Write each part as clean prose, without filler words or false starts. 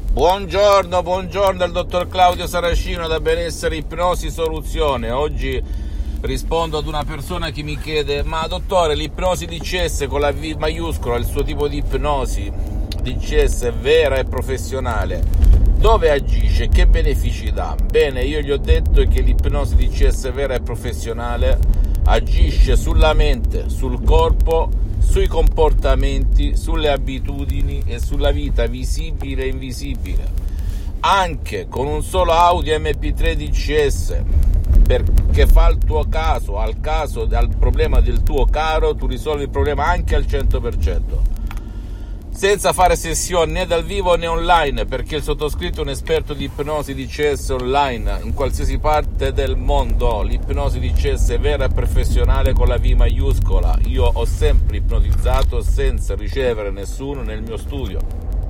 Buongiorno al dottor Claudio Saracino da Benessere Ipnosi Soluzione. Oggi rispondo ad una persona che mi chiede: ma dottore, l'ipnosi DCS con la V maiuscola, il suo tipo di ipnosi DCS è vera e professionale, dove agisce, che benefici dà? Bene, io gli ho detto che l'ipnosi DCS vera e professionale agisce sulla mente, sul corpo, sui comportamenti, sulle abitudini e sulla vita visibile e invisibile, anche con un solo audio MP3 DCS, perché fa il tuo caso, al problema del tuo caro, tu risolvi il problema anche al 100%, senza fare sessioni né dal vivo né online, perché il sottoscritto è un esperto di ipnosi DCS online in qualsiasi parte del mondo. L'ipnosi DCS è vera e professionale con la V maiuscola. Io ho sempre ipnotizzato senza ricevere nessuno nel mio studio.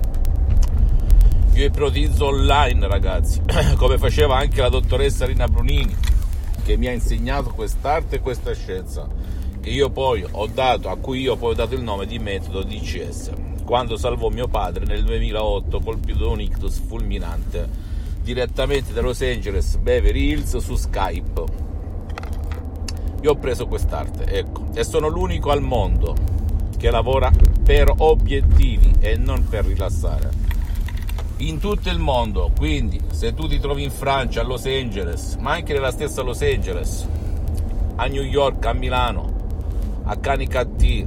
Io ipnotizzo online, ragazzi, come faceva anche la dottoressa Rina Brunini, che mi ha insegnato quest'arte e questa scienza, che io poi ho dato, a cui io poi ho dato il nome di metodo DCS, quando salvò mio padre nel 2008 colpito da un ictus fulminante direttamente da Los Angeles Beverly Hills su Skype. Io ho preso quest'arte, ecco, e sono l'unico al mondo che lavora per obiettivi e non per rilassare, in tutto il mondo. Quindi se tu ti trovi in Francia, a Los Angeles, ma anche nella stessa Los Angeles, a New York, a Milano, a Canicattì,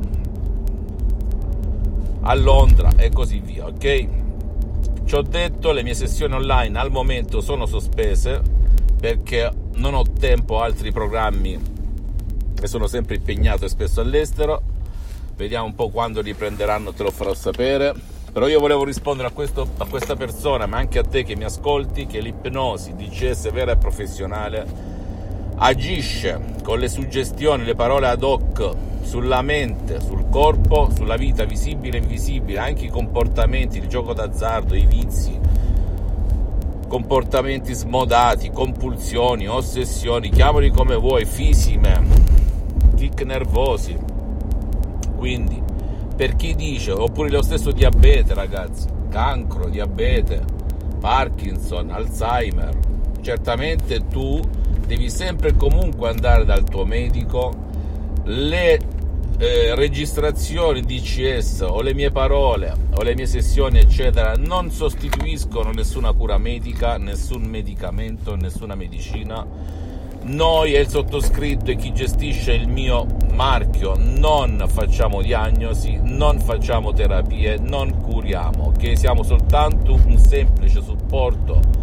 a Londra e così via, ok? Ci ho detto, le mie sessioni online al momento sono sospese perché non ho tempo, altri programmi, e sono sempre impegnato e spesso all'estero. Vediamo un po' quando riprenderanno, te lo farò sapere. Però io volevo rispondere a questa persona, ma anche a te che mi ascolti, che l'ipnosi DCS vera e professionale agisce con le suggestioni, le parole ad hoc sulla mente, sul corpo, sulla vita visibile e invisibile, anche i comportamenti, il gioco d'azzardo, i vizi, comportamenti smodati, compulsioni, ossessioni, chiamali come vuoi, fisime, tic nervosi. Quindi, per chi dice, oppure lo stesso diabete, ragazzi, cancro, diabete, Parkinson, Alzheimer, certamente tu devi sempre e comunque andare dal tuo medico. Le registrazioni DCS o le mie parole o le mie sessioni eccetera non sostituiscono nessuna cura medica, nessun medicamento, nessuna medicina. Noi e il sottoscritto e chi gestisce il mio marchio non facciamo diagnosi, non facciamo terapie, non curiamo, ok? Siamo soltanto un semplice supporto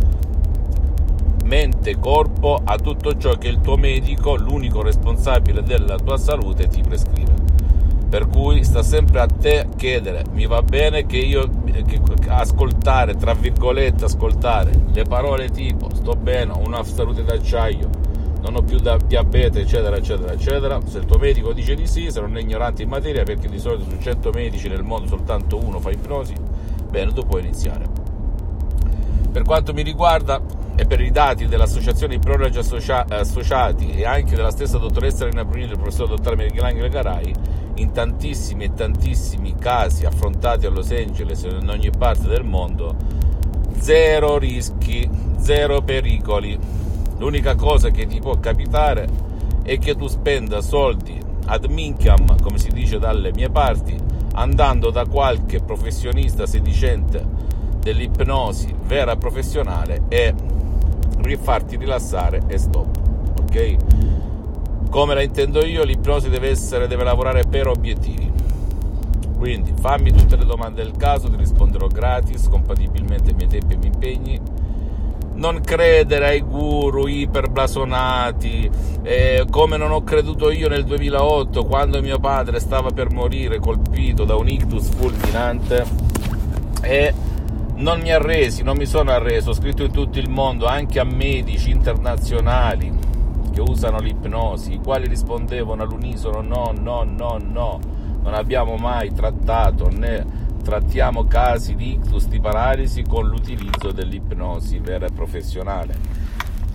mente-corpo a tutto ciò che il tuo medico, l'unico responsabile della tua salute, ti prescrive. Per cui sta sempre a te chiedere: mi va bene che ascoltare, tra virgolette, ascoltare le parole tipo sto bene, ho una salute d'acciaio, non ho più diabete, eccetera, eccetera, eccetera. Se il tuo medico dice di sì, se non è ignorante in materia, perché di solito su 100 medici nel mondo soltanto uno fa ipnosi, bene, tu puoi iniziare. Per quanto mi riguarda, e per i dati dell'Associazione Ipnologi Associati e anche della stessa dottoressa Rina Brunini e del professor dottor Michelangelo Garai, in tantissimi e tantissimi casi affrontati a Los Angeles e in ogni parte del mondo, zero rischi, zero pericoli. L'unica cosa che ti può capitare è che tu spenda soldi ad minchiam, come si dice dalle mie parti, andando da qualche professionista sedicente dell'ipnosi vera professionale e rifarti rilassare e stop, ok? Come la intendo io, l'ipnosi deve lavorare per obiettivi. Quindi fammi tutte le domande del caso, ti risponderò gratis, compatibilmente ai miei tempi e ai miei impegni. Non credere ai guru iperblasonati, come non ho creduto io nel 2008 quando mio padre stava per morire colpito da un ictus fulminante, e non mi sono arreso, ho scritto in tutto il mondo, anche a medici internazionali che usano l'ipnosi, i quali rispondevano all'unisono no, non abbiamo mai trattato né trattiamo casi di ictus, di paralisi con l'utilizzo dell'ipnosi vera e professionale.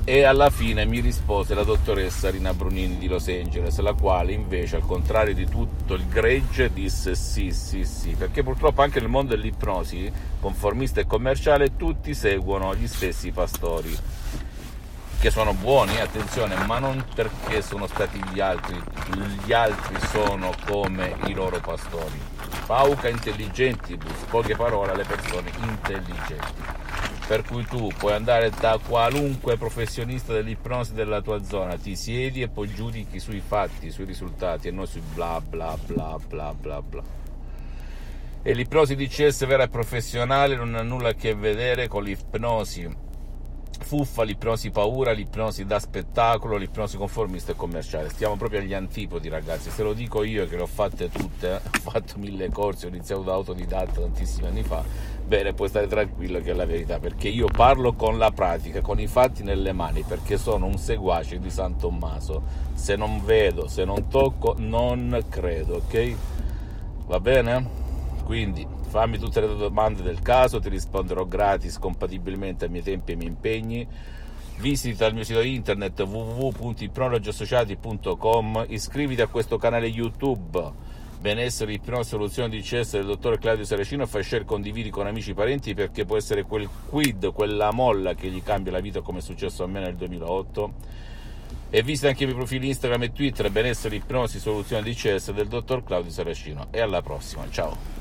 E alla fine mi rispose la dottoressa Rina Brunini di Los Angeles, la quale invece, al contrario di tutto il gregge, disse sì, perché purtroppo anche nel mondo dell'ipnosi conformista e commerciale tutti seguono gli stessi pastori, che sono buoni, attenzione, ma non perché sono stati gli altri sono come i loro pastori. Pauca intelligentibus, poche parole alle persone intelligenti. Per cui tu puoi andare da qualunque professionista dell'ipnosi della tua zona, ti siedi e poi giudichi sui fatti, sui risultati e non sui bla bla bla bla bla bla. E l'ipnosi DCS vera e professionale non ha nulla a che vedere con l'ipnosi fuffa, l'ipnosi paura, l'ipnosi da spettacolo, l'ipnosi conformista e commerciale. Stiamo proprio agli antipodi, ragazzi. Se lo dico io che le ho fatte tutte, ho fatto 1000 corsi, ho iniziato da autodidatta tantissimi anni fa, bene, puoi stare tranquillo che è la verità, perché io parlo con la pratica, con i fatti nelle mani, perché sono un seguace di San Tommaso. Se non vedo, se non tocco, non credo, ok? Va bene? Quindi fammi tutte le domande del caso, ti risponderò gratis, compatibilmente ai miei tempi e ai miei impegni. Visita il mio sito internet www.ipnologiassociati.com, iscriviti a questo canale YouTube Benessere, Ipnosi, Soluzioni DCS del dottor Claudio Saracino, fai share, condividi con amici e parenti, perché può essere quel quid, quella molla che gli cambia la vita, come è successo a me nel 2008. E visita anche i miei profili Instagram e Twitter Benessere, Ipnosi, Soluzioni DCS del dottor Claudio Saracino. E alla prossima, ciao!